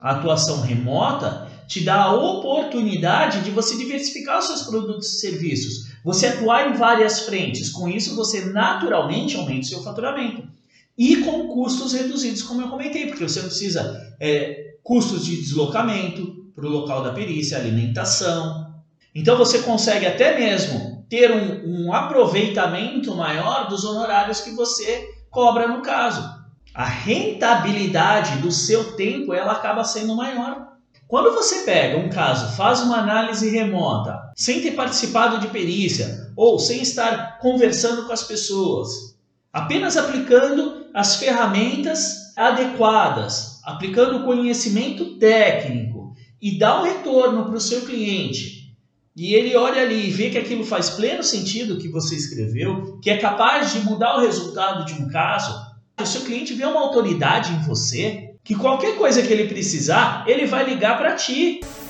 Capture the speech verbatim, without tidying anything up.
A atuação remota te dá a oportunidade de você diversificar os seus produtos e serviços, você atuar em várias frentes. Com isso, você naturalmente aumenta o seu faturamento. E com custos reduzidos, como eu comentei, porque você não precisa é, custos de deslocamento para o local da perícia, alimentação. Então você consegue até mesmo ter um, um aproveitamento maior dos honorários que você cobra no caso. A rentabilidade do seu tempo ela acaba sendo maior. Quando você pega um caso, faz uma análise remota, sem ter participado de perícia ou sem estar conversando com as pessoas, apenas aplicando as ferramentas adequadas, aplicando o conhecimento técnico e dá um retorno para o seu cliente, e ele olha ali e vê que aquilo faz pleno sentido que você escreveu, que é capaz de mudar o resultado de um caso, o seu cliente vê uma autoridade em você, que qualquer coisa que ele precisar, ele vai ligar para ti.